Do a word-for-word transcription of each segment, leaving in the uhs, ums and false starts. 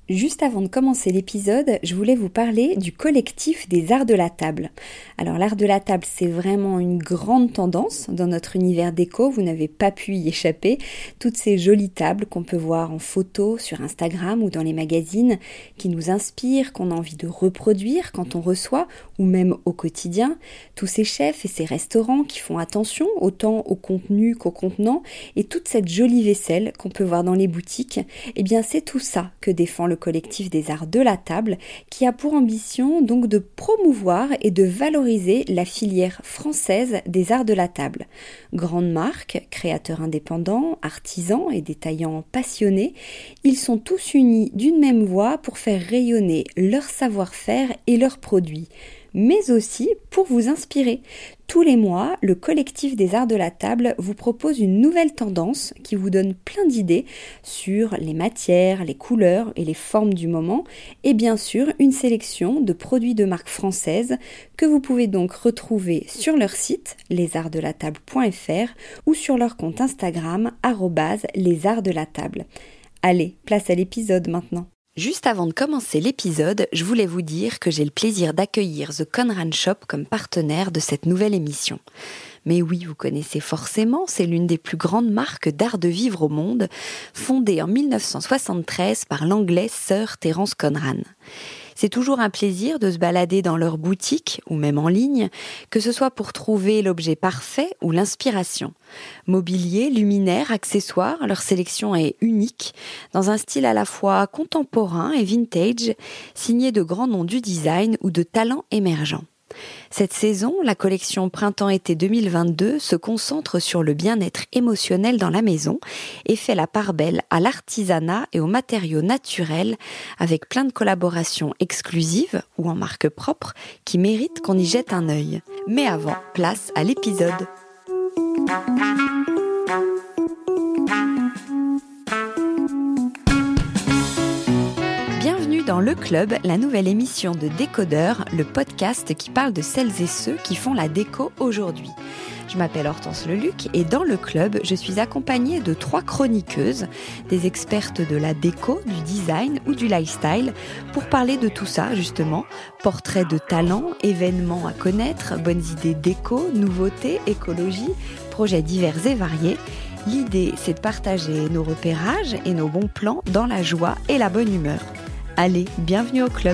Juste avant de commencer l'épisode, je voulais vous parler du collectif des arts de la table. Alors l'art de la table, c'est vraiment une grande tendance dans notre univers déco, vous n'avez pas pu y échapper. Toutes ces jolies tables qu'on peut voir en photo sur Instagram ou dans les magazines, qui nous inspirent, qu'on a envie de reproduire quand on reçoit, ou même au quotidien. Tous ces chefs et ces restaurants qui font attention autant au contenu qu'au contenant, et toute cette jolie vaisselle qu'on peut voir dans les boutiques, eh bien c'est tout ça que défend le collectif des arts de la table, qui a pour ambition donc de promouvoir et de valoriser la filière française des arts de la table. Grandes marques, créateurs indépendants, artisans et détaillants passionnés, ils sont tous unis d'une même voix pour faire rayonner leur savoir-faire et leurs produits, mais aussi pour vous inspirer. Tous les mois, le collectif des arts de la table vous propose une nouvelle tendance qui vous donne plein d'idées sur les matières, les couleurs et les formes du moment, et bien sûr une sélection de produits de marque française que vous pouvez donc retrouver sur leur site les arts de la table point f r ou sur leur compte Instagram arobase les arts de la table. Allez, place à l'épisode maintenant. Juste avant de commencer l'épisode, je voulais vous dire que j'ai le plaisir d'accueillir The Conran Shop comme partenaire de cette nouvelle émission. Mais oui, vous connaissez forcément, c'est l'une des plus grandes marques d'art de vivre au monde, fondée en dix-neuf cent soixante-treize par l'anglais Sir Terence Conran. C'est toujours un plaisir de se balader dans leur boutique ou même en ligne, que ce soit pour trouver l'objet parfait ou l'inspiration. Mobilier, luminaires, accessoires, leur sélection est unique, dans un style à la fois contemporain et vintage, signé de grands noms du design ou de talents émergents. Cette saison, la collection Printemps-été deux mille vingt-deux se concentre sur le bien-être émotionnel dans la maison et fait la part belle à l'artisanat et aux matériaux naturels avec plein de collaborations exclusives ou en marque propre qui méritent qu'on y jette un œil. Mais avant, place à l'épisode. Dans Le Club, la nouvelle émission de Décodeur, le podcast qui parle de celles et ceux qui font la déco aujourd'hui. Je m'appelle Hortense Leluc et dans Le Club, je suis accompagnée de trois chroniqueuses, des expertes de la déco, du design ou du lifestyle, pour parler de tout ça justement, portraits de talents, événements à connaître, bonnes idées déco, nouveautés, écologie, projets divers et variés. L'idée, c'est de partager nos repérages et nos bons plans dans la joie et la bonne humeur. Allez, bienvenue au club.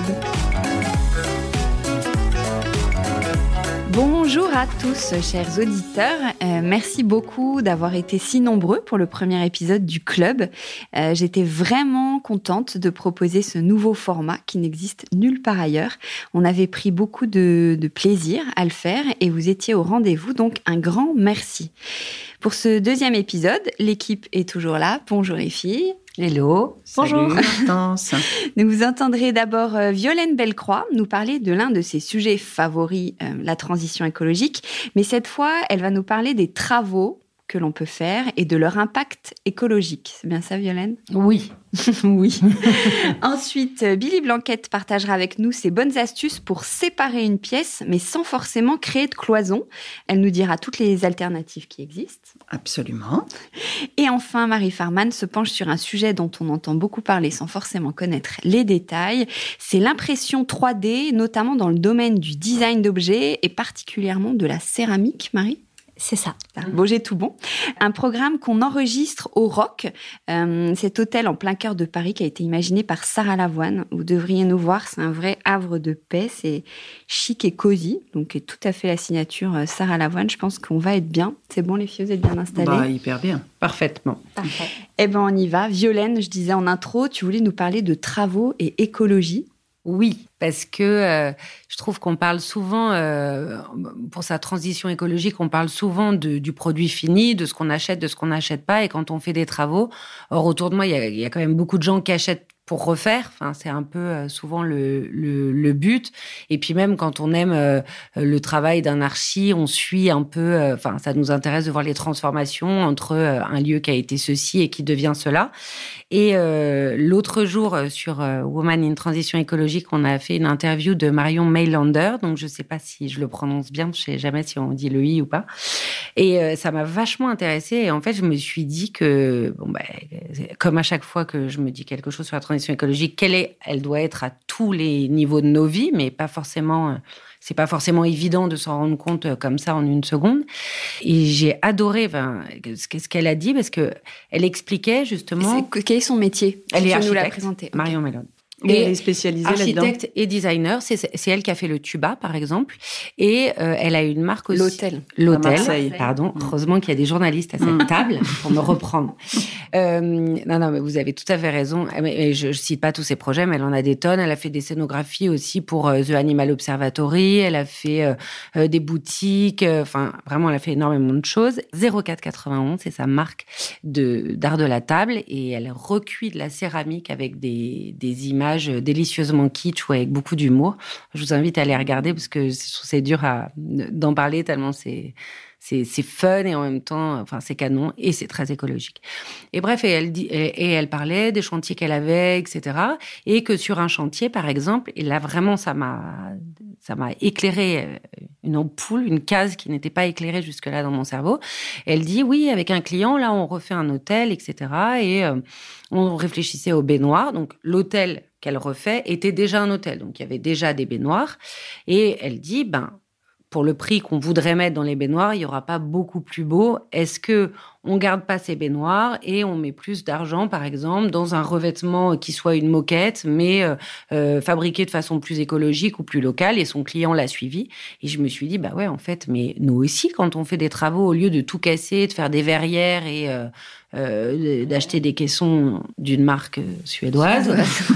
Bonjour à tous, chers auditeurs. Euh, merci beaucoup d'avoir été si nombreux pour le premier épisode du club. Euh, j'étais vraiment contente de proposer ce nouveau format qui n'existe nulle part ailleurs. On avait pris beaucoup de, de plaisir à le faire et vous étiez au rendez-vous, donc un grand merci. Pour ce deuxième épisode, l'équipe est toujours là. Bonjour les filles. Hello, bonjour Hortense. Vous entendrez d'abord euh, Violaine Bellecroix nous parler de l'un de ses sujets favoris, euh, la transition écologique. Mais cette fois, elle va nous parler des travaux que l'on peut faire et de leur impact écologique. C'est bien ça, Violaine ? Oui. Oui. Ensuite, Billy Blanquette partagera avec nous ses bonnes astuces pour séparer une pièce, mais sans forcément créer de cloison. Elle nous dira toutes les alternatives qui existent. Absolument. Et enfin, Marie Farman se penche sur un sujet dont on entend beaucoup parler sans forcément connaître les détails. C'est l'impression trois D, notamment dans le domaine du design d'objets et particulièrement de la céramique, Marie ? C'est ça. Bon, j'ai tout bon. Un programme qu'on enregistre au Roc, euh, cet hôtel en plein cœur de Paris qui a été imaginé par Sarah Lavoine. Vous devriez nous voir, c'est un vrai havre de paix, c'est chic et cosy, donc c'est tout à fait la signature euh, Sarah Lavoine. Je pense qu'on va être bien. C'est bon, les filles, vous êtes bien installées ? Bah, hyper bien, parfaitement. Parfait. Eh ben, on y va. Violaine, je disais en intro, tu voulais nous parler de travaux et écologie. Oui, parce que euh, je trouve qu'on parle souvent, euh, pour sa transition écologique, on parle souvent de, du produit fini, de ce qu'on achète, de ce qu'on n'achète pas, et quand on fait des travaux, or autour de moi, il y a, il y a quand même beaucoup de gens qui achètent pour refaire. Enfin, c'est un peu euh, souvent le, le, le but. Et puis même quand on aime euh, le travail d'un archi, on suit un peu. Euh, enfin, ça nous intéresse de voir les transformations entre euh, un lieu qui a été ceci et qui devient cela. Et euh, l'autre jour, euh, sur euh, Woman in Transition écologique, on a fait une interview de Marion Maylander. Donc, je ne sais pas si je le prononce bien. Je ne sais jamais si on dit le i ou pas. Et euh, ça m'a vachement intéressée. Et en fait, je me suis dit que, bon, bah, comme à chaque fois que je me dis quelque chose sur la transition transition écologique, quelle est, elle doit être à tous les niveaux de nos vies, mais pas forcément, c'est pas forcément évident de s'en rendre compte comme ça en une seconde. Et j'ai adoré enfin, ce qu'elle a dit parce que elle expliquait justement. C'est, quel est son métier? Elle est architecte, nous la présenter. Marion Mellon. Et, et elle est spécialisée là-dedans. Architecte et designer, c'est, c'est elle qui a fait le Tuba, par exemple. Et euh, elle a une marque aussi. L'hôtel. L'hôtel, pardon. Mmh. Heureusement qu'il y a des journalistes à cette mmh. table pour me reprendre. Euh, non, non, mais vous avez tout à fait raison. Mais je, je cite pas tous ses projets, mais elle en a des tonnes. Elle a fait des scénographies aussi pour euh, The Animal Observatory. Elle a fait euh, euh, des boutiques. Enfin, euh, vraiment, elle a fait énormément de choses. zéro quatre quatre-vingt-onze, c'est sa marque de, d'art de la table. Et elle recuit de la céramique avec des, des images délicieusement kitsch ou avec beaucoup d'humour. Je vous invite à aller regarder parce que je trouve c'est dur à, d'en parler tellement c'est, c'est, c'est fun et en même temps, enfin, c'est canon et c'est très écologique. Et bref, et elle, dit, et, et elle parlait des chantiers qu'elle avait, et cetera. Et que sur un chantier, par exemple, et là vraiment, ça m'a, ça m'a éclairé une ampoule, une case qui n'était pas éclairée jusque-là dans mon cerveau. Et elle dit, oui, avec un client, là, on refait un hôtel, et cetera. Et euh, on réfléchissait aux baignoires. Donc, l'hôtel qu'elle refait était déjà un hôtel. Donc, il y avait déjà des baignoires. Et elle dit, ben, pour le prix qu'on voudrait mettre dans les baignoires, il n'y aura pas beaucoup plus beau. Est-ce que on garde pas ces baignoires et on met plus d'argent, par exemple, dans un revêtement qui soit une moquette, mais euh, euh, fabriqué de façon plus écologique ou plus locale? Et son client l'a suivi. Et je me suis dit, bah ouais, en fait, mais nous aussi, quand on fait des travaux, au lieu de tout casser, de faire des verrières et euh, euh, d'acheter des caissons d'une marque suédoise,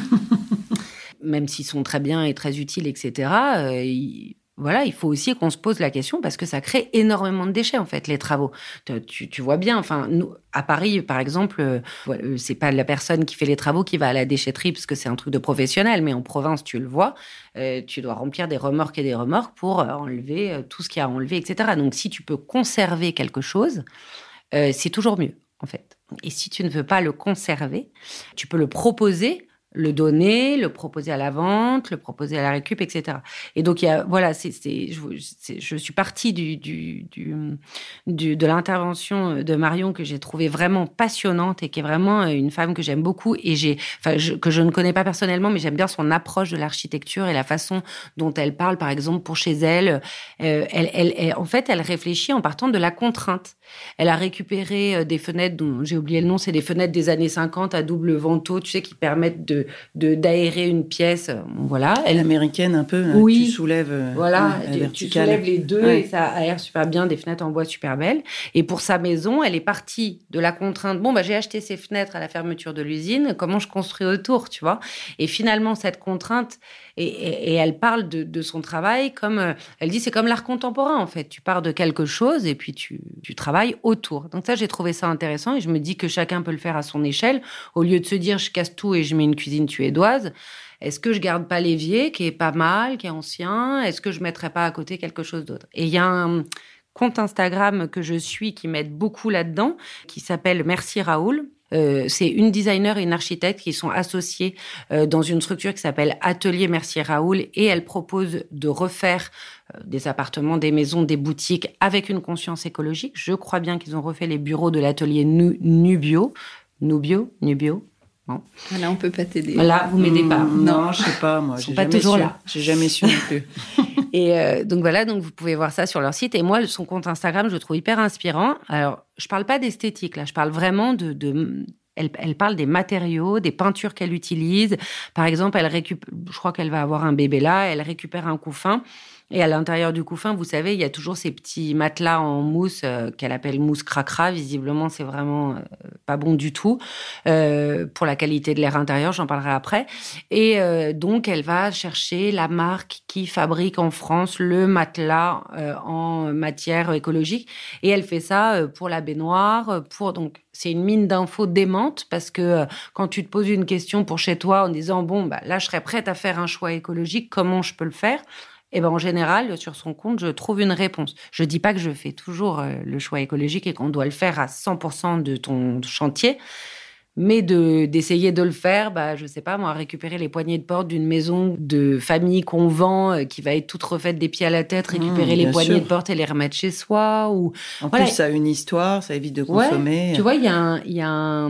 même s'ils sont très bien et très utiles, et cetera, euh, ils... Voilà, il faut aussi qu'on se pose la question parce que ça crée énormément de déchets, en fait, les travaux. Tu, tu vois bien, enfin, nous, à Paris, par exemple, euh, c'est pas la personne qui fait les travaux qui va à la déchetterie parce que c'est un truc de professionnel, mais en province, tu le vois, euh, tu dois remplir des remorques et des remorques pour euh, enlever euh, tout ce qu'il y a à enlever, et cetera. Donc, si tu peux conserver quelque chose, euh, c'est toujours mieux, en fait. Et si tu ne veux pas le conserver, tu peux le proposer, le donner, le proposer à la vente, le proposer à la récup, et cetera. Et donc, il y a, voilà, c'est, c'est, je, c'est, je suis partie du, du, du, du, de l'intervention de Marion que j'ai trouvée vraiment passionnante et qui est vraiment une femme que j'aime beaucoup et j'ai, enfin, je, que je ne connais pas personnellement, mais j'aime bien son approche de l'architecture et la façon dont elle parle, par exemple, pour chez elle. Euh, elle, elle, elle, en fait, elle réfléchit en partant de la contrainte. Elle a récupéré des fenêtres dont j'ai oublié le nom, c'est des fenêtres des années cinquante à double vantaux, tu sais, qui permettent de De, d'aérer une pièce, voilà. Elle américaine un peu, oui, tu soulèves voilà, ouais, tu, tu soulèves les deux ouais. Et ça aère super bien, des fenêtres en bois super belles. Et pour sa maison, elle est partie de la contrainte, bon, bah, j'ai acheté ces fenêtres à la fermeture de l'usine, comment je construis autour, tu vois. Et finalement, cette contrainte, et, et, et elle parle de, de son travail comme, elle dit, c'est comme l'art contemporain, en fait. Tu pars de quelque chose et puis tu, tu travailles autour. Donc ça, j'ai trouvé ça intéressant et je me dis que chacun peut le faire à son échelle, au lieu de se dire, je casse tout et je mets une cuisine suédoise. Est-ce que je garde pas l'évier, qui est pas mal, qui est ancien? Est-ce que je mettrais pas à côté quelque chose d'autre? Et il y a un compte Instagram que je suis qui m'aide beaucoup là-dedans, qui s'appelle Merci Raoul. Euh, c'est une designer et une architecte qui sont associées euh, dans une structure qui s'appelle Atelier Merci Raoul et elle propose de refaire euh, des appartements, des maisons, des boutiques avec une conscience écologique. Je crois bien qu'ils ont refait les bureaux de l'atelier Nu- Nubio, Nubio, Nubio. Bon. Là, on peut pas t'aider. Là, vous m'aidez pas. Mmh, non, non, je sais pas, moi. Ils sont j'ai pas jamais toujours su. là. J'ai jamais su non plus. Et euh, donc voilà, donc vous pouvez voir ça sur leur site. Et moi, son compte Instagram, je le trouve hyper inspirant. Alors, je parle pas d'esthétique, là. Je parle vraiment de... de elle, elle parle des matériaux, des peintures qu'elle utilise. Par exemple, elle récupère... Je crois qu'elle va avoir un bébé là. Elle récupère un couffin. Et à l'intérieur du couffin, vous savez, il y a toujours ces petits matelas en mousse euh, qu'elle appelle mousse cracra. Visiblement, c'est vraiment euh, pas bon du tout euh, pour la qualité de l'air intérieur. J'en parlerai après. Et euh, donc, elle va chercher la marque qui fabrique en France le matelas euh, en matière écologique. Et elle fait ça euh, pour la baignoire. Pour donc, c'est une mine d'infos démente parce que euh, quand tu te poses une question pour chez toi en disant bon, bah là, je serais prête à faire un choix écologique. Comment je peux le faire? Et ben en général, sur son compte, je trouve une réponse. Je dis pas que je fais toujours le choix écologique et qu'on doit le faire à cent pour cent de ton chantier, mais de d'essayer de le faire, bah je sais pas moi, récupérer les poignées de porte d'une maison de famille qu'on vend, qui va être toute refaite des pieds à la tête, récupérer mmh, les poignées sûr. de porte et les remettre chez soi. Ou en voilà. plus, ça a une histoire, ça évite de consommer. Ouais, tu vois, il y a un, il y a un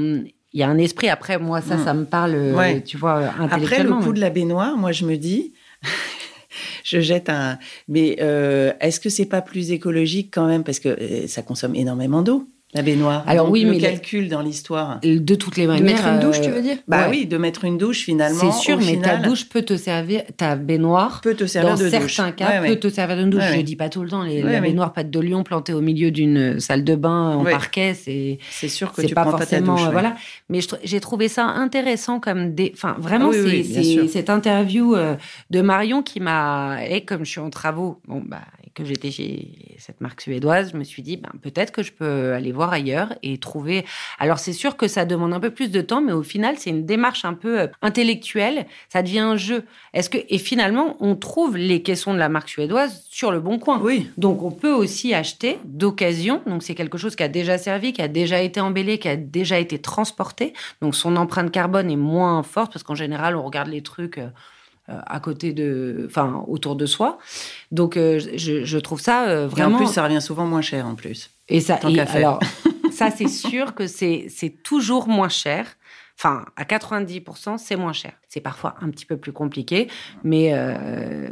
il y a un esprit. Après, moi, ça, mmh. ça me parle, ouais. tu vois, intellectuellement. Après, le coup mais... de la baignoire, moi, je me dis... je jette un... Mais euh, est-ce que c'est pas plus écologique quand même? Parce que ça consomme énormément d'eau. La baignoire. Alors donc, oui, le mais calcul dans l'histoire. De toutes les manières. De mettre une douche, euh... tu veux dire? Bah ouais. oui, de mettre une douche finalement. C'est sûr, au mais final, ta douche peut te servir, ta baignoire peut te servir dans de certains douche. cas ouais, peut ouais. te servir d'une douche. Ouais, Je ouais. dis pas tout le temps. Les, ouais, la ouais. baignoire pâte de lion plantée au milieu d'une salle de bain en ouais. parquet, c'est. C'est sûr que c'est tu pas prends forcément. pas ta douche. Ouais. Voilà. Mais je, j'ai trouvé ça intéressant comme des. Enfin, vraiment, ah, oui, c'est, oui, c'est sûr. cette interview euh, de Marion qui m'a. Et comme je suis en travaux, bon bah. que j'étais chez cette marque suédoise, je me suis dit, ben, peut-être que je peux aller voir ailleurs et trouver... Alors, c'est sûr que ça demande un peu plus de temps, mais au final, c'est une démarche un peu intellectuelle. Ça devient un jeu. Est-ce que... Et finalement, on trouve les caissons de la marque suédoise sur le Bon Coin. Oui. Donc, on peut aussi acheter d'occasion. Donc, c'est quelque chose qui a déjà servi, qui a déjà été embellé, qui a déjà été transporté. Donc, son empreinte carbone est moins forte parce qu'en général, on regarde les trucs... à côté de, enfin, autour de soi. Donc, euh, je, je trouve ça euh, vraiment... Et en plus, ça revient souvent moins cher, en plus. Et ça, Tant et qu'à faire. alors, ça, c'est sûr que c'est, c'est toujours moins cher. Enfin, à quatre-vingt-dix pour cent, c'est moins cher. C'est parfois un petit peu plus compliqué, mais... Euh...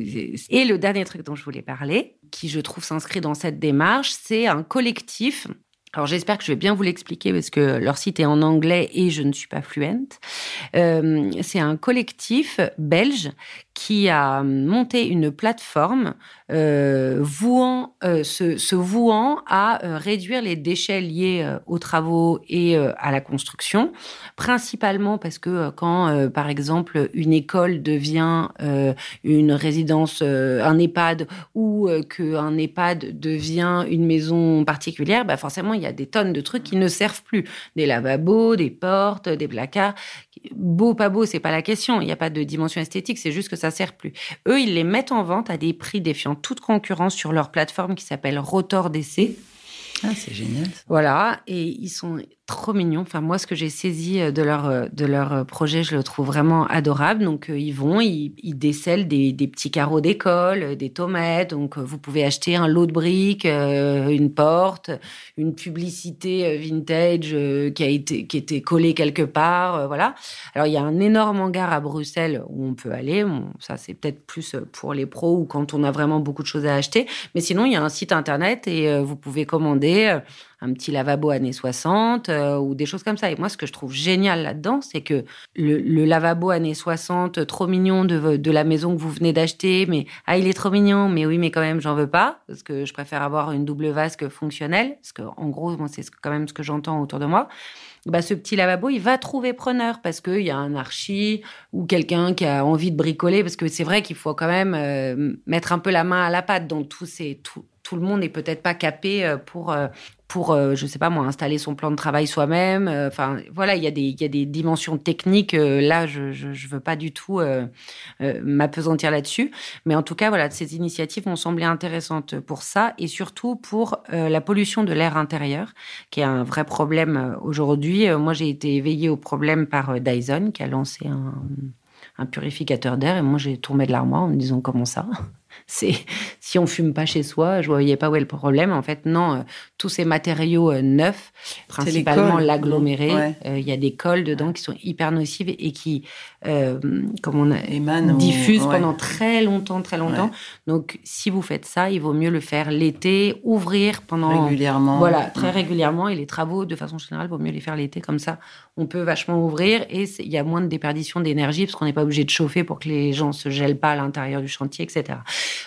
Et le dernier truc dont je voulais parler, qui, je trouve, s'inscrit dans cette démarche, c'est un collectif... Alors, j'espère que je vais bien vous l'expliquer parce que leur site est en anglais et je ne suis pas fluente. Euh, c'est un collectif belge qui a monté une plateforme euh, vouant, euh, se, se vouant à euh, réduire les déchets liés euh, aux travaux et euh, à la construction, principalement parce que euh, quand, euh, par exemple, une école devient euh, une résidence, euh, un EHPAD, ou euh, qu'un EHPAD devient une maison particulière, bah forcément, il y a des tonnes de trucs qui ne servent plus. Des lavabos, des portes, des placards. Beau, pas beau, c'est pas la question. Il n'y a pas de dimension esthétique, c'est juste que ça sert plus. Eux, ils les mettent en vente à des prix défiant toute concurrence sur leur plateforme qui s'appelle Rotor D C. Ah, c'est génial. Voilà, et ils sont trop mignons. Enfin, moi, ce que j'ai saisi de leur, de leur projet, je le trouve vraiment adorable. Donc, euh, ils vont, ils, ils décèlent des, des petits carreaux d'école, des tomates. Donc, euh, vous pouvez acheter un lot de briques, euh, une porte, une publicité vintage euh, qui a été, qui était collée quelque part. Euh, voilà. Alors, il y a un énorme hangar à Bruxelles où on peut aller. Bon, ça, c'est peut-être plus pour les pros ou quand on a vraiment beaucoup de choses à acheter. Mais sinon, il y a un site internet et euh, vous pouvez commander euh, un petit lavabo années soixante euh, ou des choses comme ça. Et moi, ce que je trouve génial là-dedans, c'est que le, le lavabo années soixante, trop mignon de, de la maison que vous venez d'acheter, mais ah, il est trop mignon, mais oui, mais quand même, j'en veux pas, parce que je préfère avoir une double vasque fonctionnelle, parce que en gros, moi, c'est quand même ce que j'entends autour de moi. Bah, ce petit lavabo, il va trouver preneur parce qu'il y a un archi ou quelqu'un qui a envie de bricoler, parce que c'est vrai qu'il faut quand même euh, mettre un peu la main à la pâte dans tous ces... Tout, tout le monde n'est peut-être pas capé pour... Euh, pour, euh, je sais pas moi, installer son plan de travail soi-même. Enfin, euh, voilà, il y a des, il y a des dimensions techniques. Euh, là, je, je, je veux pas du tout euh, euh, m'appesantir là-dessus. Mais en tout cas, voilà, ces initiatives m'ont semblé intéressantes pour ça et surtout pour euh, la pollution de l'air intérieur, qui est un vrai problème aujourd'hui. Euh, moi, j'ai été éveillée au problème par euh, Dyson, qui a lancé un, un purificateur d'air. Et moi, j'ai tombé de l'armoire en me disant, comment ça ? C'est si on fume pas chez soi, je voyais pas où est le problème. En fait, non, euh, tous ces matériaux euh, neufs, principalement l'aggloméré, il ouais. euh, y a des cols dedans qui sont hyper nocives et qui, euh, comme on a, Émanent, diffusent ouais. pendant très longtemps, très longtemps. Ouais. Donc, si vous faites ça, il vaut mieux le faire l'été, ouvrir pendant régulièrement. Voilà, très régulièrement. Et les travaux, de façon générale, il vaut mieux les faire l'été comme ça. On peut vachement ouvrir et il y a moins de déperdition d'énergie parce qu'on n'est pas obligé de chauffer pour que les gens se gèlent pas à l'intérieur du chantier, et cetera.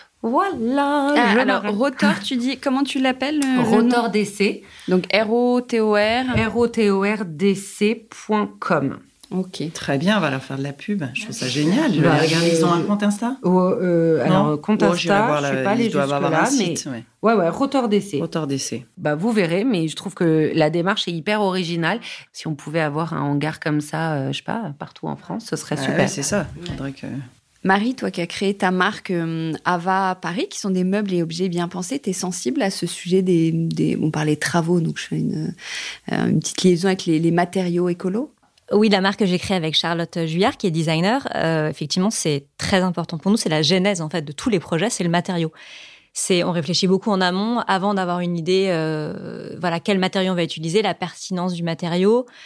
Voilà. Ah, alors, Rotor, tu dis, comment tu l'appelles euh, Rotor D C. Donc, R O T O R. R O T O R D C point com. Ok. Très bien, on va leur faire de la pub. Je trouve ça génial. Je bah, regarde, ils ont un compte Insta oh, euh, Alors, compte Insta, oh, je ne suis pas allée jusque-là, mais... Site, ouais. Ouais, ouais, Rotor D C. Rotor D C. Bah, vous verrez, mais je trouve que la démarche est hyper originale. Si on pouvait avoir un hangar comme ça, euh, je sais pas, partout en France, ce serait ah, super. Ouais, c'est ça. Il faudrait que... Marie, toi qui as créé ta marque euh, Ava Paris, qui sont des meubles et objets bien pensés, t'es sensible à ce sujet des... des on parlait travaux, donc je fais une, euh, une petite liaison avec les, les matériaux écolos. Oui, la marque que j'ai créée avec Charlotte Juillard, qui est designer, euh, effectivement, c'est très important pour nous. C'est la genèse, en fait, de tous les projets, c'est le matériau. C'est, on réfléchit beaucoup en amont avant d'avoir une idée, euh, voilà, quel matériau on va utiliser, la pertinence du matériau.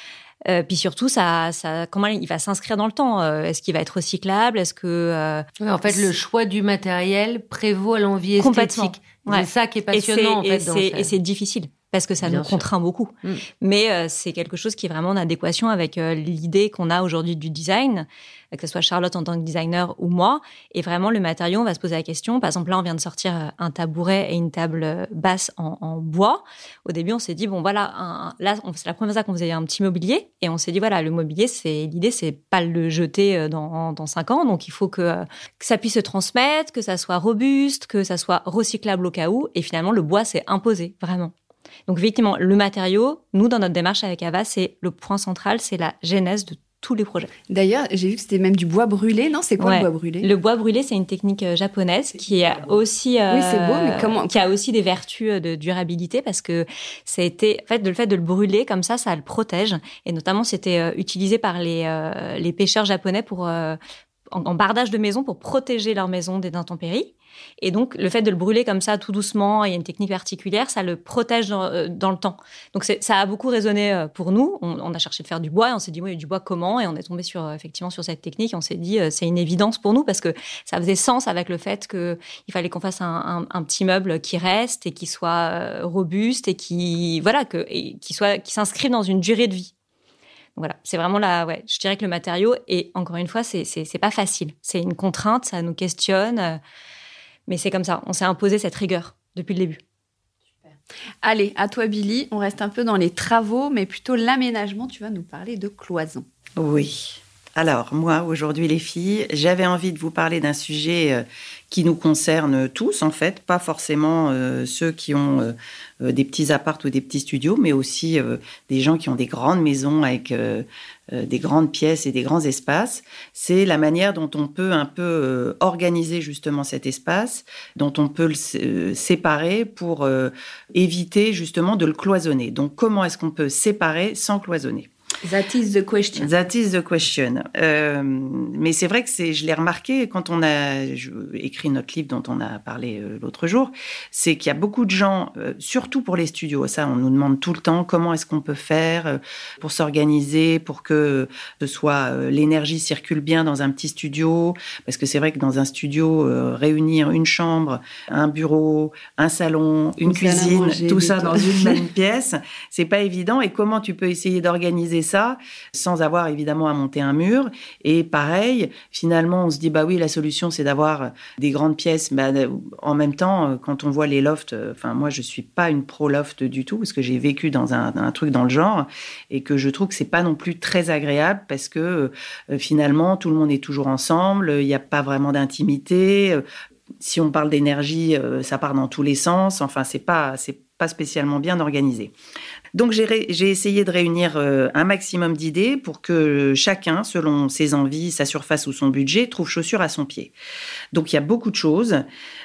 Euh, puis surtout, ça, ça, comment il va s'inscrire dans le temps. Euh, Est-ce qu'il va être recyclable? Est-ce que euh, ouais, en fait, le choix du matériel prévaut à l'envie esthétique. Ouais. C'est ça qui est passionnant, et en fait. Et, c'est, et c'est difficile. Parce que ça Bien nous sûr. contraint beaucoup. Mmh. Mais euh, c'est quelque chose qui est vraiment en adéquation avec euh, l'idée qu'on a aujourd'hui du design, que ce soit Charlotte en tant que designer ou moi. Et vraiment, le matériau, on va se poser la question. Par exemple, là, on vient de sortir un tabouret et une table basse en, en bois. Au début, on s'est dit, bon, voilà, un, là, on, c'est la première fois qu'on faisait un petit mobilier. Et on s'est dit, voilà, le mobilier, c'est, l'idée, c'est pas le jeter dans, dans cinq ans. Donc, il faut que, que ça puisse se transmettre, que ça soit robuste, que ça soit recyclable au cas où. Et finalement, le bois s'est imposé, vraiment. Donc, effectivement, le matériau, nous, dans notre démarche avec Ava, c'est le point central, c'est la genèse de tous les projets. D'ailleurs, j'ai vu que c'était même du bois brûlé. Non, c'est quoi ouais. le bois brûlé? Le bois brûlé, c'est une technique japonaise qui a aussi, euh, oui, c'est beau, mais comment... qui a aussi des vertus de durabilité parce que ça a été, en fait, de le fait de le brûler comme ça, ça le protège. Et notamment, c'était euh, utilisé par les euh, les pêcheurs japonais pour euh, en, en bardage de maison pour protéger leur maison des intempéries. Et donc, le fait de le brûler comme ça, tout doucement, il y a une technique particulière, ça le protège dans, euh, dans le temps. Donc, c'est, ça a beaucoup résonné pour nous. On, on a cherché de faire du bois et on s'est dit, oui, du bois comment? Et on est tombé sur, effectivement, sur cette technique. Et on s'est dit, euh, c'est une évidence pour nous parce que ça faisait sens avec le fait qu'il fallait qu'on fasse un, un, un petit meuble qui reste et qui soit euh, robuste et qui, voilà, que, et qui soit, qui s'inscrive dans une durée de vie. Voilà, c'est vraiment là, ouais, je dirais que le matériau, et encore une fois, c'est, c'est, c'est pas facile. C'est une contrainte, ça nous questionne. Euh, Mais c'est comme ça, on s'est imposé cette rigueur depuis le début. Super. Allez, à toi Billy, on reste un peu dans les travaux, mais plutôt l'aménagement. Tu vas nous parler de cloisons. Oui. Alors, moi, aujourd'hui, les filles, j'avais envie de vous parler d'un sujet euh, qui nous concerne tous, en fait, pas forcément euh, ceux qui ont euh, des petits apparts ou des petits studios, mais aussi euh, des gens qui ont des grandes maisons avec euh, euh, des grandes pièces et des grands espaces. C'est la manière dont on peut un peu euh, organiser justement cet espace, dont on peut le euh, séparer pour euh, éviter justement de le cloisonner. Donc, comment est-ce qu'on peut séparer sans cloisonner ? That is the question. That is the question. Euh, mais c'est vrai que c'est, je l'ai remarqué quand on a écrit notre livre dont on a parlé euh, l'autre jour, c'est qu'il y a beaucoup de gens, euh, surtout pour les studios, ça on nous demande tout le temps comment est-ce qu'on peut faire euh, pour s'organiser, pour que ce soit euh, l'énergie circule bien dans un petit studio, parce que c'est vrai que dans un studio, euh, réunir une chambre, un bureau, un salon, une tout cuisine, manger, tout ça dans une même pièce, c'est pas évident. Et comment tu peux essayer d'organiser ça sans avoir évidemment à monter un mur? Et pareil, finalement, on se dit bah oui, la solution c'est d'avoir des grandes pièces. Bah, en même temps, quand on voit les lofts, enfin moi je suis pas une pro loft du tout parce que j'ai vécu dans un, un truc dans le genre et que je trouve que c'est pas non plus très agréable parce que euh, finalement tout le monde est toujours ensemble, il n'y a pas vraiment d'intimité. Si on parle d'énergie, euh, ça part dans tous les sens. Enfin, c'est pas c'est pas spécialement bien organisé. Donc, j'ai, ré, j'ai essayé de réunir euh, un maximum d'idées pour que chacun, selon ses envies, sa surface ou son budget, trouve chaussure à son pied. Donc, il y a beaucoup de choses.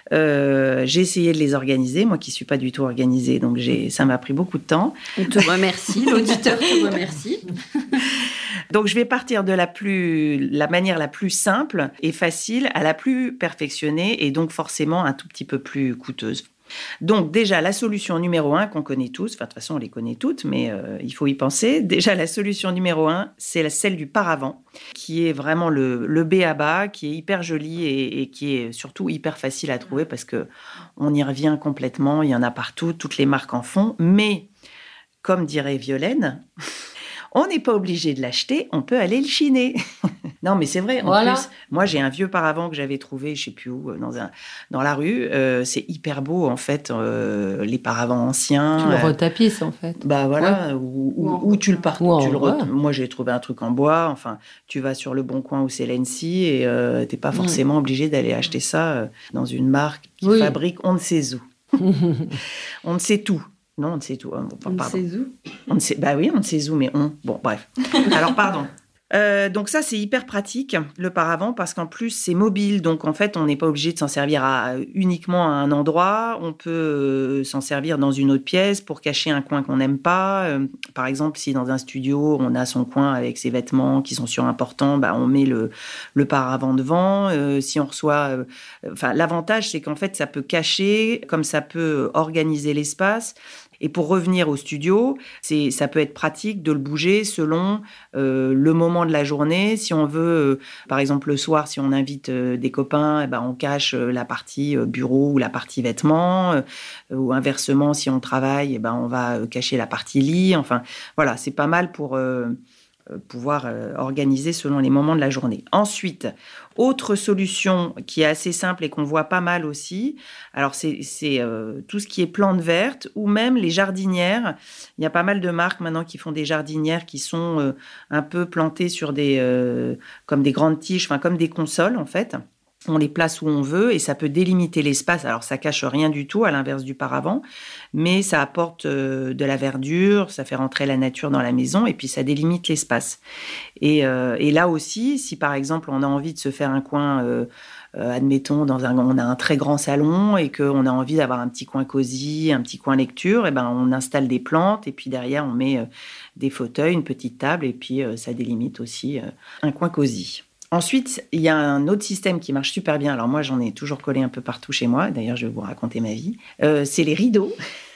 Euh, j'ai essayé de les organiser, moi qui ne suis pas du tout organisée, donc j'ai, ça m'a pris beaucoup de temps. On te remercie, l'auditeur te remercie. Donc, je vais partir de la, plus, la manière la plus simple et facile à la plus perfectionnée et donc forcément un tout petit peu plus coûteuse. Donc déjà, la solution numéro un qu'on connaît tous, enfin de toute façon on les connaît toutes, mais euh, il faut y penser. Déjà, la solution numéro un, c'est la, celle du paravent, qui est vraiment le, le B A B A, qui est hyper joli et, et qui est surtout hyper facile à trouver parce qu'on y revient complètement, il y en a partout, toutes les marques en font. Mais, comme dirait Violaine, on n'est pas obligé de l'acheter, on peut aller le chiner. Non, mais c'est vrai. En voilà. plus, moi, j'ai un vieux paravent que j'avais trouvé, je sais plus où, dans un dans la rue. Euh, c'est hyper beau, en fait, euh, les paravents anciens. Tu le retapisses, en fait. Bah voilà, ouais. ou, ou, ou, ou tu le partes. Tu le ret... Moi, j'ai trouvé un truc en bois. Enfin, tu vas sur Le Bon Coin ou c'est Lency et euh, t'es pas forcément mmh. obligé d'aller acheter ça euh, dans une marque qui oui. fabrique on ne sait où. On ne sait tout. Non, on ne sait tout. Hein. Enfin, on ne sait où. On ne sait. Bah oui, on ne sait où, mais on. Bon, bref. Alors, pardon. Euh, donc ça, c'est hyper pratique, le paravent, parce qu'en plus, c'est mobile. Donc, en fait, on n'est pas obligé de s'en servir à, uniquement à un endroit. On peut euh, s'en servir dans une autre pièce pour cacher un coin qu'on n'aime pas. Euh, par exemple, si dans un studio, on a son coin avec ses vêtements qui sont surimportants, bah, on met le, le paravent devant. Euh, si on reçoit... Euh, enfin, l'avantage, c'est qu'en fait, ça peut cacher, comme ça peut organiser l'espace. Et pour revenir au studio, c'est, ça peut être pratique de le bouger selon euh, le moment de la journée. Si on veut, euh, par exemple le soir, si on invite euh, des copains, eh ben, on cache euh, la partie euh, bureau ou la partie vêtements. Euh, ou inversement, si on travaille, eh ben, on va euh, cacher la partie lit. Enfin, voilà, c'est pas mal pour euh, pouvoir euh, organiser selon les moments de la journée. Ensuite, autre solution qui est assez simple et qu'on voit pas mal aussi, alors c'est, c'est euh, tout ce qui est plantes vertes ou même les jardinières. Il y a pas mal de marques maintenant qui font des jardinières qui sont euh, un peu plantées sur des, euh, comme des grandes tiges, enfin comme des consoles en fait. On les place où on veut et ça peut délimiter l'espace. Alors, ça cache rien du tout, à l'inverse du paravent, mais ça apporte euh, de la verdure, ça fait rentrer la nature dans la maison et puis ça délimite l'espace. Et, euh, et là aussi, si par exemple, on a envie de se faire un coin, euh, euh, admettons, dans un, on a un très grand salon et qu'on a envie d'avoir un petit coin cosy, un petit coin lecture, et ben on installe des plantes et puis derrière, on met euh, des fauteuils, une petite table et puis euh, ça délimite aussi euh, un coin cosy. Ensuite, il y a un autre système qui marche super bien. Alors moi, j'en ai toujours collé un peu partout chez moi. D'ailleurs, je vais vous raconter ma vie. Euh, c'est les rideaux.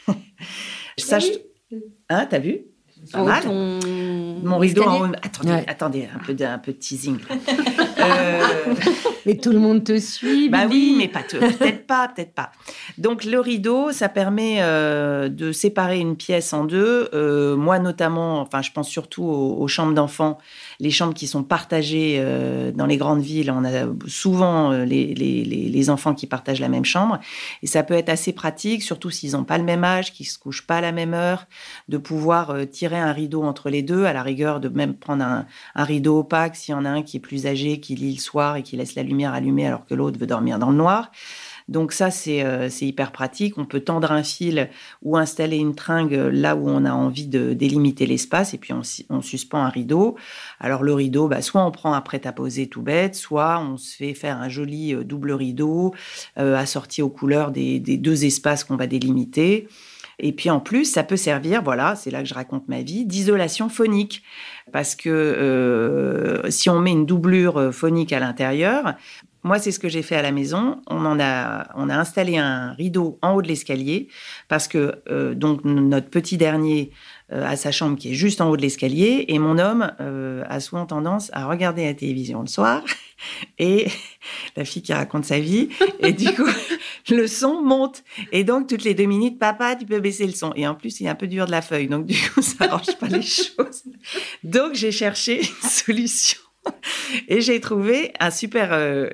Ça, je... Hein, t'as vu ? Pas oh, mal. Ton... Mon rideau escalier. en haut. Attendez, Ouais. attendez, un peu de, un peu de teasing. euh... Mais tout le monde te suit, Bah Bibi. oui, mais pas te- peut-être pas, peut-être pas. Donc le rideau, ça permet euh, de séparer une pièce en deux. Euh, moi notamment, enfin je pense surtout aux, aux chambres d'enfants, les chambres qui sont partagées euh, dans les grandes villes. On a souvent euh, les, les, les, les enfants qui partagent la même chambre, et ça peut être assez pratique, surtout s'ils n'ont pas le même âge, qu'ils se couchent pas à la même heure, de pouvoir euh, tirer un rideau entre les deux. À la rigueur, de même prendre un, un rideau opaque s'il y en a un qui est plus âgé, qui lit le soir et qui laisse la lumière allumée alors que l'autre veut dormir dans le noir. Donc ça, c'est, euh, c'est hyper pratique. On peut tendre un fil ou installer une tringle là où on a envie de délimiter l'espace et puis on, on suspend un rideau. Alors le rideau, bah, soit on prend un prêt-à-poser tout bête, soit on se fait faire un joli euh, double rideau euh, assorti aux couleurs des, des deux espaces qu'on va délimiter. Et puis en plus, ça peut servir, voilà, c'est là que je raconte ma vie, d'isolation phonique. Parce que euh, si on met une doublure phonique à l'intérieur, moi c'est ce que j'ai fait à la maison, on en a, on a installé un rideau en haut de l'escalier parce que euh, donc notre petit dernier euh, a sa chambre qui est juste en haut de l'escalier et mon homme euh, a souvent tendance à regarder la télévision le soir et la fille qui raconte sa vie et du coup le son monte et donc toutes les deux minutes papa tu peux baisser le son et en plus il est un peu dur de la feuille donc du coup ça arrange pas les choses donc j'ai cherché une solution et j'ai trouvé un super euh...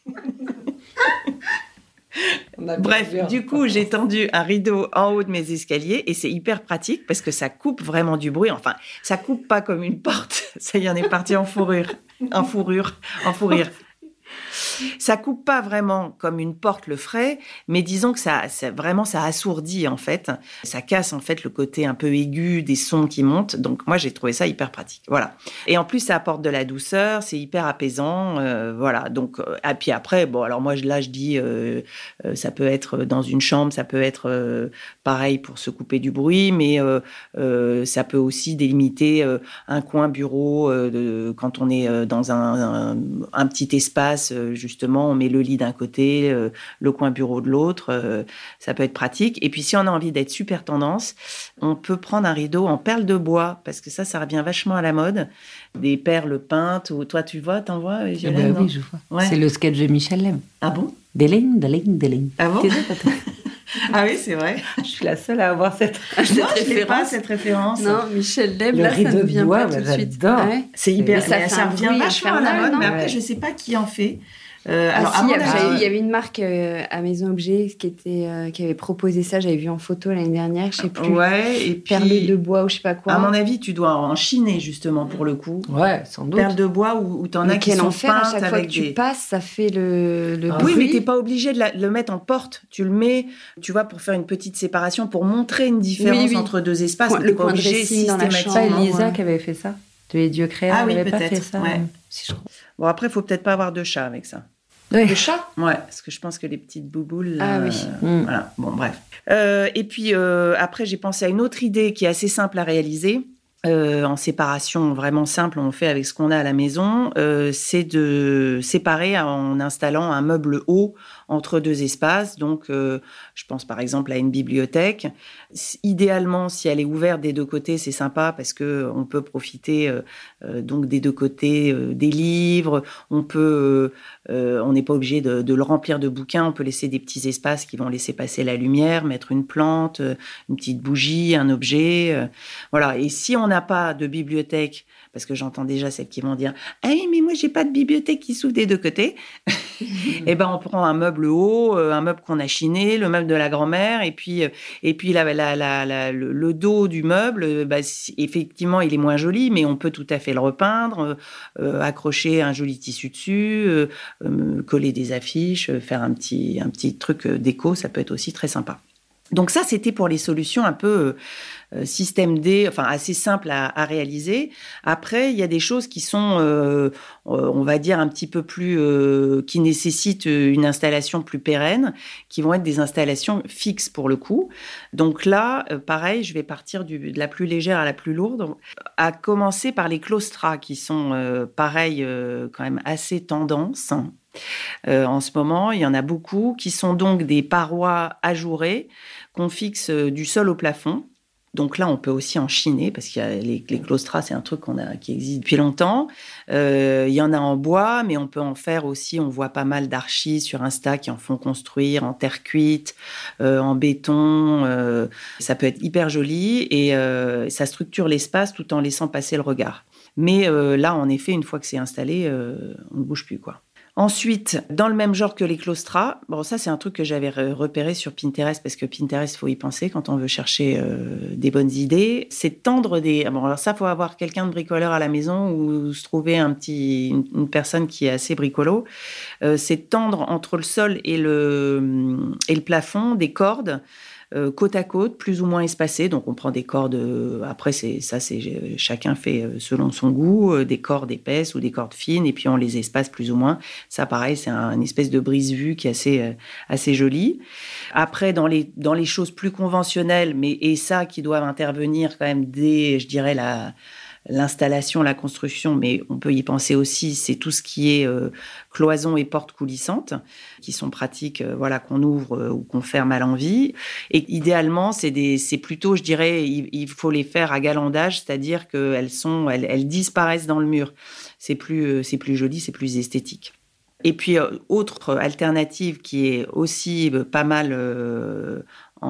bref du coup j'ai tendu un rideau en haut de mes escaliers et c'est hyper pratique parce que ça coupe vraiment du bruit, enfin ça coupe pas comme une porte, ça y en est parti en fourrure en fourrure en fourrure ça coupe pas vraiment comme une porte le ferait, mais disons que ça, ça vraiment ça assourdit en fait, ça casse en fait le côté un peu aigu des sons qui montent. Donc moi j'ai trouvé ça hyper pratique, voilà. Et en plus ça apporte de la douceur, c'est hyper apaisant, euh, voilà. Donc euh, et puis après bon alors moi là je dis euh, euh, ça peut être dans une chambre, ça peut être euh, pareil pour se couper du bruit, mais euh, euh, ça peut aussi délimiter euh, un coin bureau euh, de, quand on est euh, dans un, un, un petit espace. Euh, Justement, on met le lit d'un côté, euh, le coin bureau de l'autre. Euh, ça peut être pratique. Et puis, si on a envie d'être super tendance, on peut prendre un rideau en perles de bois, parce que ça, ça revient vachement à la mode. Des perles peintes. Ou toi, tu vois, t'en vois, Violaine, bah oui, je vois. Ouais. C'est le sketch de Michel Lem. Ah bon? Des lignes, des lignes, des lignes. Ah bon? Ah oui, c'est vrai. Je suis la seule à avoir cette, cette non, référence. Je n'ai pas cette référence. Non, Michel Lem, là, ça ne vient bois, pas tout de suite. Ah ouais. C'est hyper. Ça, mais ça revient vachement à la mode, non mais après, ouais. Je ne sais pas qui en fait. Euh, ah alors, si, il, y avait, il y avait une marque euh, à Maison Objet qui, était, euh, qui avait proposé ça, j'avais vu en photo l'année dernière, je ne sais plus. Ouais, et puis, perles de bois ou je ne sais pas quoi. À mon avis, tu dois en chiner justement pour le coup. Ouais, sans doute. Perles de bois où, où tu en as qui sont enfer, peintes à chaque avec fois que tu des... passes, ça fait le, le ah, bruit. Oui, mais tu n'es pas obligé de, la, de le mettre en porte. Tu le mets, tu vois, pour faire une petite séparation, pour montrer une différence oui, oui. entre deux espaces. Point, le coin de dressing dans la chambre. C'est pas Elisa ouais. qui avait fait ça. De Les Dieux créés, ah, oui, elle n'avait pas fait ça. Ouais. Si je... Bon, après, il ne faut peut-être pas avoir de chat avec ça. Ouais. Le chat ? Ouais, parce que je pense que les petites bouboules... Ah euh, oui. Mm. Voilà, bon, bref. Euh, et puis, euh, après, j'ai pensé à une autre idée qui est assez simple à réaliser. euh, en séparation vraiment simple, on fait avec ce qu'on a à la maison, euh, c'est de séparer en installant un meuble haut entre deux espaces. Donc, euh, je pense par exemple à une bibliothèque. Idéalement, si elle est ouverte des deux côtés, c'est sympa parce que on peut profiter euh, euh, donc des deux côtés euh, des livres. On peut, euh, on n'est pas obligé de, de le remplir de bouquins. On peut laisser des petits espaces qui vont laisser passer la lumière, mettre une plante, une petite bougie, un objet. Euh, voilà. Et si on n'a pas de bibliothèque, parce que j'entends déjà celles qui vont dire « Ah oui, mais moi, j'ai pas de bibliothèque qui s'ouvre des deux côtés. » Eh ben, on prend un meuble haut, un meuble qu'on a chiné, le meuble de la grand-mère, et puis, et puis la, la, la, la, le, le dos du meuble, bah, effectivement, il est moins joli, mais on peut tout à fait le repeindre, euh, accrocher un joli tissu dessus, euh, euh, coller des affiches, faire un petit, un petit truc déco, ça peut être aussi très sympa. Donc ça, c'était pour les solutions un peu euh, système D, enfin assez simples à, à réaliser. Après, il y a des choses qui sont, euh, on va dire, un petit peu plus, euh, qui nécessitent une installation plus pérenne, qui vont être des installations fixes pour le coup. Donc là, euh, pareil, je vais partir du, de la plus légère à la plus lourde, à commencer par les claustras, qui sont, euh, pareil, euh, quand même assez tendance. Euh, en ce moment, il y en a beaucoup qui sont donc des parois ajourées qu'on fixe du sol au plafond. Donc là, on peut aussi en chiner parce qu'il y a les, les claustras, c'est un truc qu'on a, qui existe depuis longtemps. Euh, il y en a en bois, mais on peut en faire aussi. On voit pas mal d'archis sur Insta qui en font construire en terre cuite, euh, en béton. Euh, ça peut être hyper joli et euh, ça structure l'espace tout en laissant passer le regard. Mais euh, là, en effet, une fois que c'est installé, euh, on ne bouge plus, quoi. Ensuite, dans le même genre que les claustras, bon, ça, c'est un truc que j'avais repéré sur Pinterest, parce que Pinterest, il faut y penser quand on veut chercher euh, des bonnes idées. C'est tendre des... Bon, alors ça, il faut avoir quelqu'un de bricoleur à la maison ou se trouver un petit, une, une personne qui est assez bricolo. Euh, c'est tendre entre le sol et le, et le plafond des cordes, Euh, côte à côte, plus ou moins espacées. Donc, on prend des cordes... Euh, après, c'est, ça, c'est, chacun fait selon son goût, euh, des cordes épaisses ou des cordes fines, et puis on les espace plus ou moins. Ça, pareil, c'est un, une espèce de brise-vue qui est assez, euh, assez jolie. Après, dans les, dans les choses plus conventionnelles, mais et ça, qui doivent intervenir quand même dès, je dirais, la... l'installation, la construction, mais on peut y penser aussi, c'est tout ce qui est euh, cloisons et portes coulissantes, qui sont pratiques, euh, voilà, qu'on ouvre euh, ou qu'on ferme à l'envie. Et idéalement, c'est, des, c'est plutôt, je dirais, il, il faut les faire à galandage, c'est-à-dire qu'elles sont, elles, elles disparaissent dans le mur. C'est plus, euh, c'est plus joli, c'est plus esthétique. Et puis, euh, autre alternative qui est aussi euh, pas mal euh,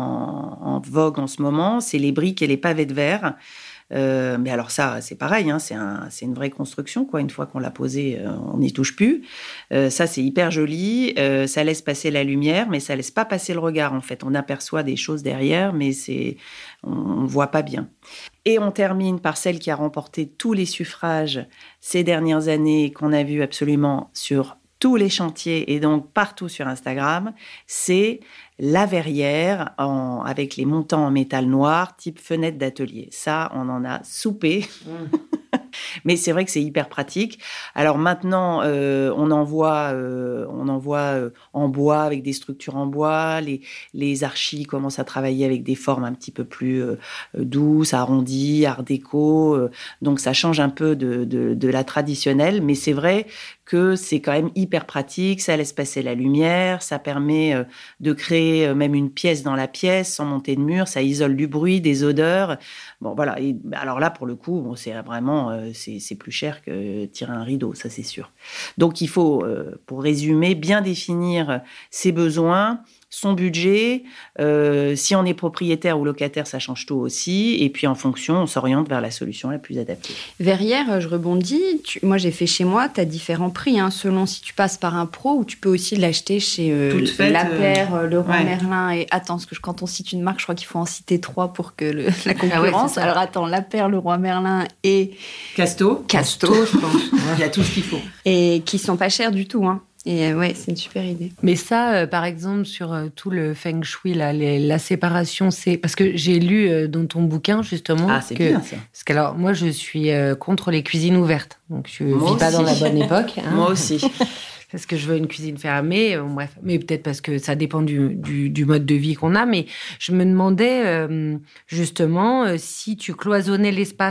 en, en vogue en ce moment, c'est les briques et les pavés de verre. Euh, mais alors ça, c'est pareil, hein, c'est, un, c'est une vraie construction, quoi. Une fois qu'on l'a posée, euh, on n'y touche plus. Euh, ça, c'est hyper joli. Euh, ça laisse passer la lumière, mais ça laisse pas passer le regard, en fait. On aperçoit des choses derrière, mais c'est, on ne voit pas bien. Et on termine par celle qui a remporté tous les suffrages ces dernières années, qu'on a vu absolument sur tous les chantiers et donc partout sur Instagram, c'est la verrière en, avec les montants en métal noir, type fenêtre d'atelier. Ça, on en a soupé. Mmh. Mais c'est vrai que c'est hyper pratique. Alors maintenant, euh, on en voit, euh, on en voit euh, en bois, avec des structures en bois. Les, les archis commencent à travailler avec des formes un petit peu plus euh, douces, arrondies, art déco. Euh, donc ça change un peu de, de, de la traditionnelle. Mais c'est vrai que c'est quand même hyper pratique. Ça laisse passer la lumière. Ça permet euh, de créer euh, même une pièce dans la pièce sans monter de mur. Ça isole du bruit, des odeurs. Bon, voilà. Et, alors là, pour le coup, bon, c'est vraiment... Euh, c'est, c'est plus cher que tirer un rideau, ça c'est sûr. Donc il faut, euh, pour résumer, bien définir ses besoins, son budget. Euh, si on est propriétaire ou locataire, ça change tout aussi. Et puis en fonction, on s'oriente vers la solution la plus adaptée. Verrière, je rebondis. Tu, moi, j'ai fait chez moi, tu as différents prix, hein, selon si tu passes par un pro ou tu peux aussi l'acheter chez euh, La Paire, euh, Leroy ouais. Merlin. Et attends, parce que quand on cite une marque, je crois qu'il faut en citer trois pour que le, la concurrence. Ah ouais, alors attends, La Paire, Leroy Merlin et Casto. Casto, je pense. Il y a tout ce qu'il faut. Et qui sont pas chers du tout, hein. Et ouais, c'est une super idée. Mais ça, euh, par exemple, sur euh, tout le feng shui, là, les, la séparation, c'est... Parce que j'ai lu euh, dans ton bouquin, justement... Ah, c'est que... bien, ça. Parce que, alors, moi, je suis euh, contre les cuisines ouvertes. Donc, je ne vis aussi. pas dans la bonne époque. Hein. Moi aussi. Parce que je veux une cuisine fermée, euh, bref. Mais peut-être parce que ça dépend du, du, du mode de vie qu'on a. Mais je me demandais, euh, justement, euh, si tu cloisonnais l'espace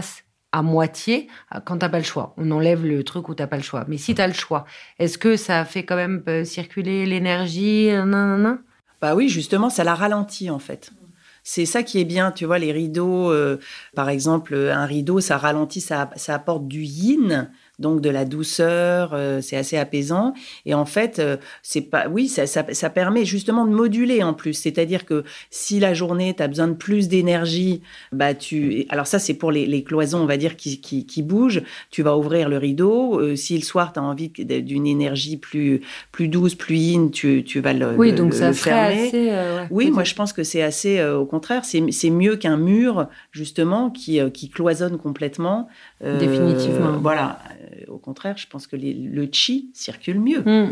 à moitié quand t'as pas le choix. On enlève le truc où t'as pas le choix. Mais si t'as le choix, est-ce que ça fait quand même circuler l'énergie? nan, nan, nan Bah oui, justement, ça la ralentit en fait. C'est ça qui est bien, tu vois, les rideaux, euh, par exemple, un rideau, ça ralentit, ça, ça apporte du yin, donc de la douceur, euh, c'est assez apaisant. Et en fait, euh, c'est pas, oui, ça, ça, ça permet justement de moduler en plus. C'est-à-dire que si la journée, tu as besoin de plus d'énergie, bah tu, alors ça, c'est pour les, les cloisons, on va dire, qui, qui, qui bougent. Tu vas ouvrir le rideau. Euh, si le soir, tu as envie d'une énergie plus, plus douce, plus yin, tu, tu vas le, oui, le, donc le, ça le ferait fermer. assez, euh, ouais, oui, peut-être. moi, je pense que c'est assez, euh, au contraire, c'est, c'est mieux qu'un mur, justement, qui, euh, qui cloisonne complètement. Euh, Définitivement. Voilà. Euh, au contraire, je pense que les, le chi circule mieux. Mm.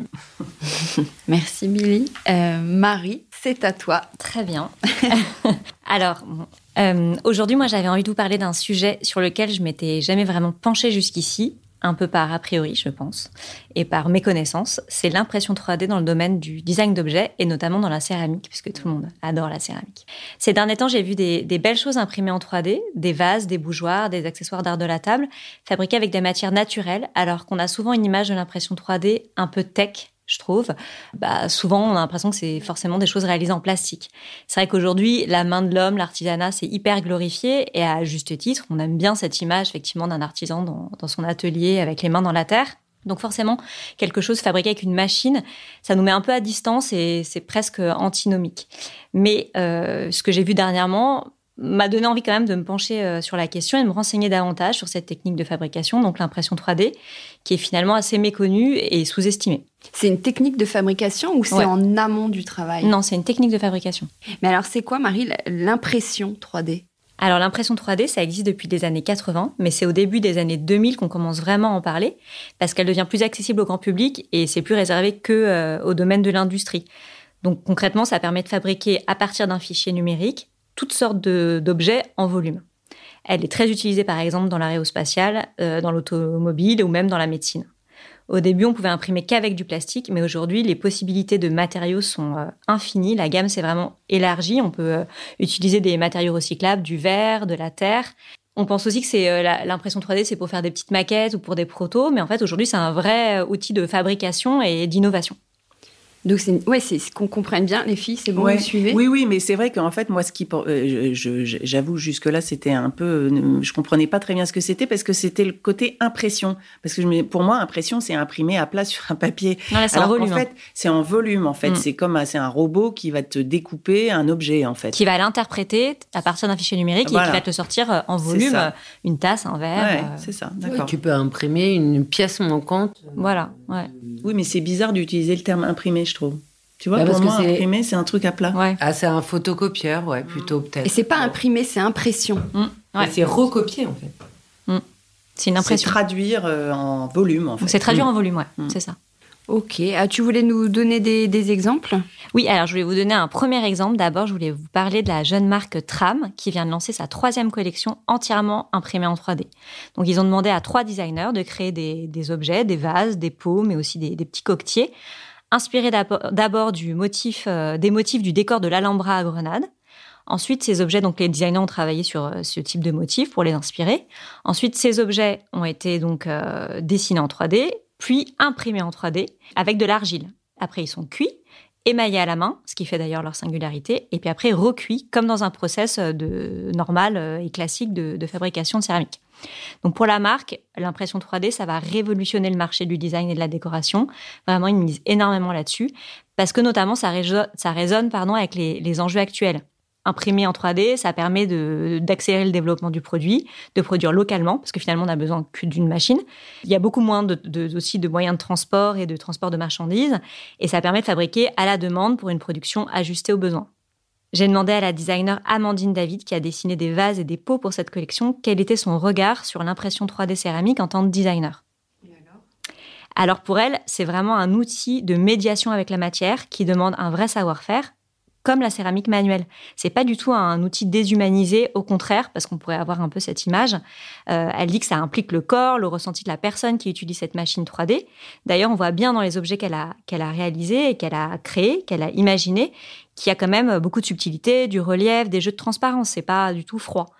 Merci Billy. Euh, Marie, c'est à toi. Très bien. Alors, bon, euh, aujourd'hui, moi, j'avais envie de vous parler d'un sujet sur lequel je m'étais jamais vraiment penchée jusqu'ici, un peu par a priori, je pense, et par méconnaissance. C'est l'impression trois D dans le domaine du design d'objets, et notamment dans la céramique, puisque tout le monde adore la céramique. Ces derniers temps, j'ai vu des, des belles choses imprimées en trois D, des vases, des bougeoirs, des accessoires d'art de la table, fabriqués avec des matières naturelles, alors qu'on a souvent une image de l'impression trois D un peu tech, je trouve. Bah, souvent, on a l'impression que c'est forcément des choses réalisées en plastique. C'est vrai qu'aujourd'hui, la main de l'homme, l'artisanat, c'est hyper glorifié, et à juste titre, on aime bien cette image, effectivement, d'un artisan dans, dans son atelier avec les mains dans la terre. Donc forcément, quelque chose fabriqué avec une machine, ça nous met un peu à distance et c'est presque antinomique. Mais euh, ce que j'ai vu dernièrement m'a donné envie quand même de me pencher euh, sur la question et de me renseigner davantage sur cette technique de fabrication, donc l'impression trois D, qui est finalement assez méconnue et sous-estimée. C'est une technique de fabrication ou c'est Ouais. en amont du travail? Non, c'est une technique de fabrication. Mais alors, c'est quoi, Marie, l'impression trois D? Alors l'impression trois D, ça existe depuis les années quatre-vingts, mais c'est au début des années deux mille qu'on commence vraiment à en parler, parce qu'elle devient plus accessible au grand public et c'est plus réservé que euh, au domaine de l'industrie. Donc concrètement, ça permet de fabriquer à partir d'un fichier numérique toutes sortes de, d'objets en volume. Elle est très utilisée par exemple dans l'aérospatiale, euh, dans l'automobile ou même dans la médecine. Au début, on pouvait imprimer qu'avec du plastique, mais aujourd'hui, les possibilités de matériaux sont euh, infinies. La gamme s'est vraiment élargie. On peut euh, utiliser des matériaux recyclables, du verre, de la terre. On pense aussi que c'est euh, la, l'impression trois D, c'est pour faire des petites maquettes ou pour des protos, mais en fait, aujourd'hui, c'est un vrai euh, outil de fabrication et d'innovation. Donc, c'est, une... ouais, c'est ce qu'on comprenne bien, les filles, c'est bon, Ouais. vous suivez? Oui, oui, mais c'est vrai qu'en fait, moi, ce qui, euh, je, je, j'avoue, jusque-là, c'était un peu, euh, je comprenais pas très bien ce que c'était parce que c'était le côté impression. Parce que je me, pour moi, impression, c'est imprimer à plat sur un papier. Non, là, c'est Alors en volume. En fait, c'est en volume. En fait, Mm. c'est comme un, c'est un robot qui va te découper un objet, en fait. Qui va l'interpréter à partir d'un fichier numérique Voilà. et qui va te le sortir en volume, ça. euh, une tasse, un verre. Ouais, euh, c'est ça. Oui, D'accord. tu peux imprimer une pièce manquante. Voilà, ouais. Oui, mais c'est bizarre d'utiliser le terme imprimer, je trouve. Tu vois, Bah, pour parce que moi, c'est- imprimer, c'est un truc à plat. ouais. Ah, c'est un photocopieur, ouais, plutôt peut-être. Et c'est pas imprimé, c'est impression. Mm, ouais. Ouais, c'est recopié, en fait. C'est une C'est impression. traduire euh, en volume, en fait. Donc, c'est traduire Mm. en volume, ouais, Mm. c'est ça. Ok. Ah, tu voulais nous donner des, des exemples? Oui, alors je voulais vous donner un premier exemple. D'abord, je voulais vous parler de la jeune marque Tram qui vient de lancer sa troisième collection entièrement imprimée en trois D. Donc, ils ont demandé à trois designers de créer des, des objets, des vases, des pots, mais aussi des, des petits coquetiers, inspirés d'abord, d'abord du motif, euh, des motifs du décor de l'Alhambra à Grenade. Ensuite, ces objets, donc les designers ont travaillé sur euh, ce type de motifs pour les inspirer. Ensuite, ces objets ont été donc euh, dessinés en trois D, puis imprimés en trois D avec de l'argile. Après, ils sont cuits, émaillés à la main, ce qui fait d'ailleurs leur singularité, et puis après recuits comme dans un process de normal et classique de, de fabrication de céramique. Donc pour la marque, l'impression trois D, ça va révolutionner le marché du design et de la décoration. Vraiment, ils misent énormément là-dessus, parce que notamment ça résonne, ça résonne pardon, avec les, les enjeux actuels. Imprimer en trois D, ça permet de, d'accélérer le développement du produit, de produire localement, parce que finalement, on n'a besoin que d'une machine. Il y a beaucoup moins de, de, aussi de moyens de transport et de transport de marchandises, et ça permet de fabriquer à la demande pour une production ajustée aux besoins. J'ai demandé à la designer Amandine David, qui a dessiné des vases et des pots pour cette collection, quel était son regard sur l'impression trois D céramique en tant que designer. Alors pour elle, c'est vraiment un outil de médiation avec la matière qui demande un vrai savoir-faire, comme la céramique manuelle. C'est pas du tout un outil déshumanisé, au contraire, parce qu'on pourrait avoir un peu cette image. Euh, elle dit que ça implique le corps, le ressenti de la personne qui utilise cette machine trois D. D'ailleurs, on voit bien dans les objets qu'elle a, qu'elle a réalisés et qu'elle a créés, qu'elle a imaginés, qu'il y a quand même beaucoup de subtilité, du relief, des jeux de transparence. C'est pas du tout froid.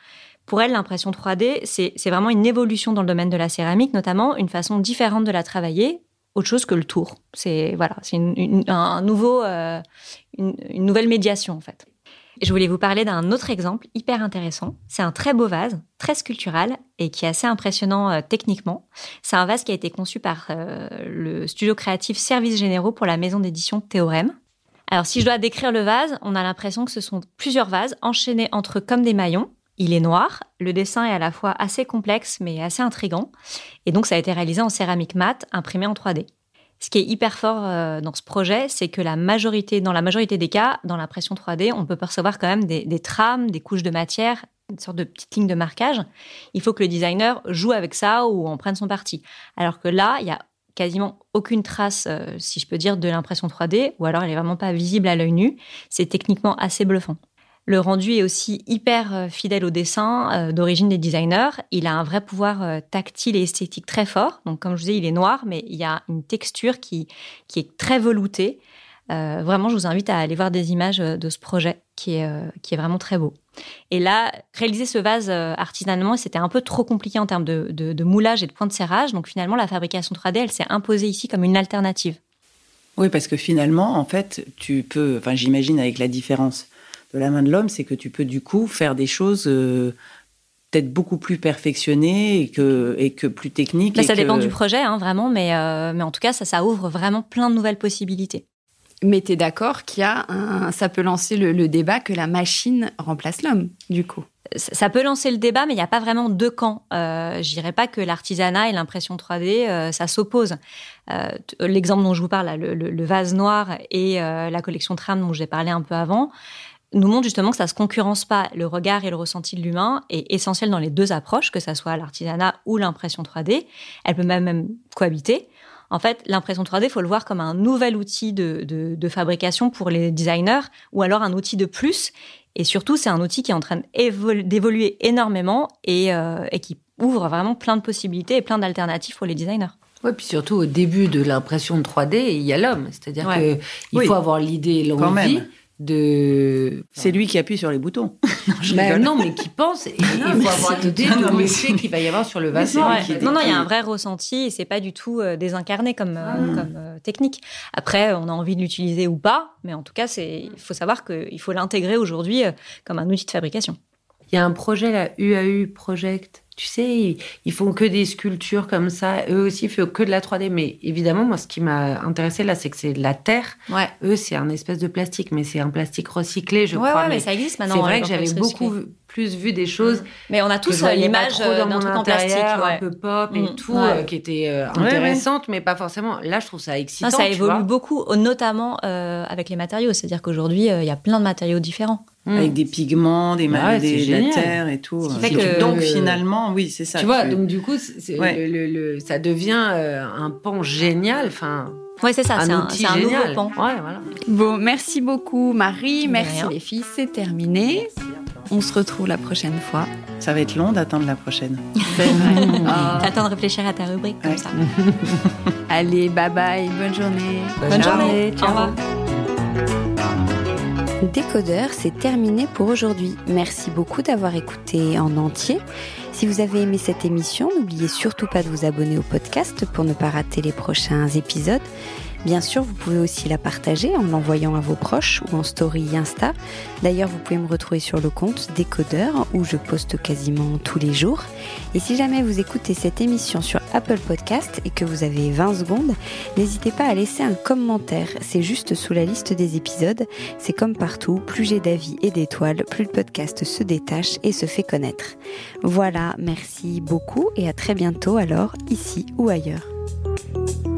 Pour elle, l'impression trois D, c'est, c'est vraiment une évolution dans le domaine de la céramique, notamment une façon différente de la travailler, autre chose que le tour. C'est, voilà, c'est une, une, un nouveau, euh, une, une nouvelle médiation, en fait. Je voulais vous parler d'un autre exemple hyper intéressant. C'est un très beau vase, très sculptural et qui est assez impressionnant euh, techniquement. C'est un vase qui a été conçu par euh, le studio créatif Services Généraux pour la maison d'édition Théorème. Alors, si je dois décrire le vase, on a l'impression que ce sont plusieurs vases enchaînés entre eux comme des maillons. Il est noir, le dessin est à la fois assez complexe mais assez intriguant. Et donc, ça a été réalisé en céramique mate, imprimé en trois D. Ce qui est hyper fort euh, dans ce projet, c'est que la majorité, dans la majorité des cas, dans l'impression trois D, on peut percevoir quand même des, des trames, des couches de matière, une sorte de petite ligne de marquage. Il faut que le designer joue avec ça ou en prenne son parti. Alors que là, il y a quasiment aucune trace, euh, si je peux dire, de l'impression trois D, ou alors elle est vraiment pas visible à l'œil nu. C'est techniquement assez bluffant. Le rendu est aussi hyper fidèle au dessin euh, d'origine des designers. Il a un vrai pouvoir euh, tactile et esthétique très fort. Donc, comme je vous disais, il est noir, mais il y a une texture qui, qui est très veloutée. Euh, vraiment, je vous invite à aller voir des images de ce projet qui est, euh, qui est vraiment très beau. Et là, réaliser ce vase euh, artisanalement, c'était un peu trop compliqué en termes de, de, de moulage et de point de serrage. Donc, finalement, la fabrication trois D, elle s'est imposée ici comme une alternative. Oui, parce que finalement, en fait, tu peux... Enfin, j'imagine avec la différence de la main de l'homme, c'est que tu peux du coup faire des choses euh, peut-être beaucoup plus perfectionnées et que, et que plus techniques. Là, et ça que... dépend du projet, hein, vraiment, mais, euh, mais en tout cas, ça, ça ouvre vraiment plein de nouvelles possibilités. Mais tu es d'accord qu'il y a un... ça peut lancer le, le débat que la machine remplace l'homme, du coup. Ça peut lancer le débat, mais il n'y a pas vraiment deux camps. Euh, je dirais pas que l'artisanat et l'impression trois D, euh, ça s'oppose. Euh, l'exemple dont je vous parle, là, le, le, le vase noir et euh, la collection Tram dont j'ai parlé un peu avant, nous montre justement que ça ne se concurrence pas. Le regard et le ressenti de l'humain est essentiel dans les deux approches, que ça soit l'artisanat ou l'impression trois D. Elle peut même, même cohabiter. En fait, l'impression trois D, il faut le voir comme un nouvel outil de, de, de fabrication pour les designers, ou alors un outil de plus. Et surtout, c'est un outil qui est en train d'évolu- d'évoluer énormément et, euh, et qui ouvre vraiment plein de possibilités et plein d'alternatives pour les designers. Oui, puis surtout, au début de l'impression de trois D, il y a l'homme. C'est-à-dire ouais. qu'il oui. faut avoir l'idée et l'envie de... C'est lui qui appuie sur les boutons. non, ben non, mais qui pense. Et il faut avoir l'idée de l'effet qu'il va y avoir sur le vase. Ouais. Non, non, il y a un vrai ressenti et c'est pas du tout euh, désincarné comme, euh, mmh. comme euh, technique. Après, on a envie de l'utiliser ou pas, mais en tout cas, il faut savoir qu'il faut l'intégrer aujourd'hui euh, comme un outil de fabrication. Il y a un projet, la U A U Project. Tu sais, ils, ils font que des sculptures comme ça. Eux aussi, ils font que de la trois D. Mais évidemment, moi, ce qui m'a intéressé là, c'est que c'est de la terre. Ouais. Eux, c'est un espèce de plastique, mais c'est un plastique recyclé, je ouais, crois. Ouais, mais, mais ça existe maintenant. C'est vrai ouais, que j'avais beaucoup vu, plus vu des choses. Mais on a tous l'image d'un truc en plastique, ouais. un peu pop et mmh. tout, ouais. euh, qui était euh, intéressante, ouais, ouais. mais pas forcément. Là, je trouve ça excitant. Non, ça évolue vois. beaucoup, notamment euh, avec les matériaux. C'est-à-dire qu'aujourd'hui, il euh, y a plein de matériaux différents. Mmh. Avec des pigments, des, ouais, des de la terre et tout. Que, donc euh, finalement, oui, c'est ça. Tu vois, donc du coup, c'est, ouais. le, le, le, ça devient euh, un pan génial. Enfin, ouais, c'est ça, un c'est un, outil c'est un génial. nouveau pan. Ouais, voilà. Bon, merci beaucoup Marie, De merci rien. les filles, c'est terminé. On se retrouve la prochaine fois. Ça va être long d'attendre la prochaine. C'est vrai. Oh. T'as le temps de réfléchir à ta rubrique comme ouais. ça. Allez, bye bye, bonne journée. Bonne, bonne journée, ciao. Au revoir. Décodeur, c'est terminé pour aujourd'hui. Merci beaucoup d'avoir écouté en entier. Si vous avez aimé cette émission, n'oubliez surtout pas de vous abonner au podcast pour ne pas rater les prochains épisodes. Bien sûr, vous pouvez aussi la partager en l'envoyant à vos proches ou en story Insta. D'ailleurs, vous pouvez me retrouver sur le compte Décodeur où je poste quasiment tous les jours. Et si jamais vous écoutez cette émission sur Apple Podcast et que vous avez vingt secondes, n'hésitez pas à laisser un commentaire. C'est juste sous la liste des épisodes. C'est comme partout, plus j'ai d'avis et d'étoiles, plus le podcast se détache et se fait connaître. Voilà, merci beaucoup et à très bientôt alors, ici ou ailleurs.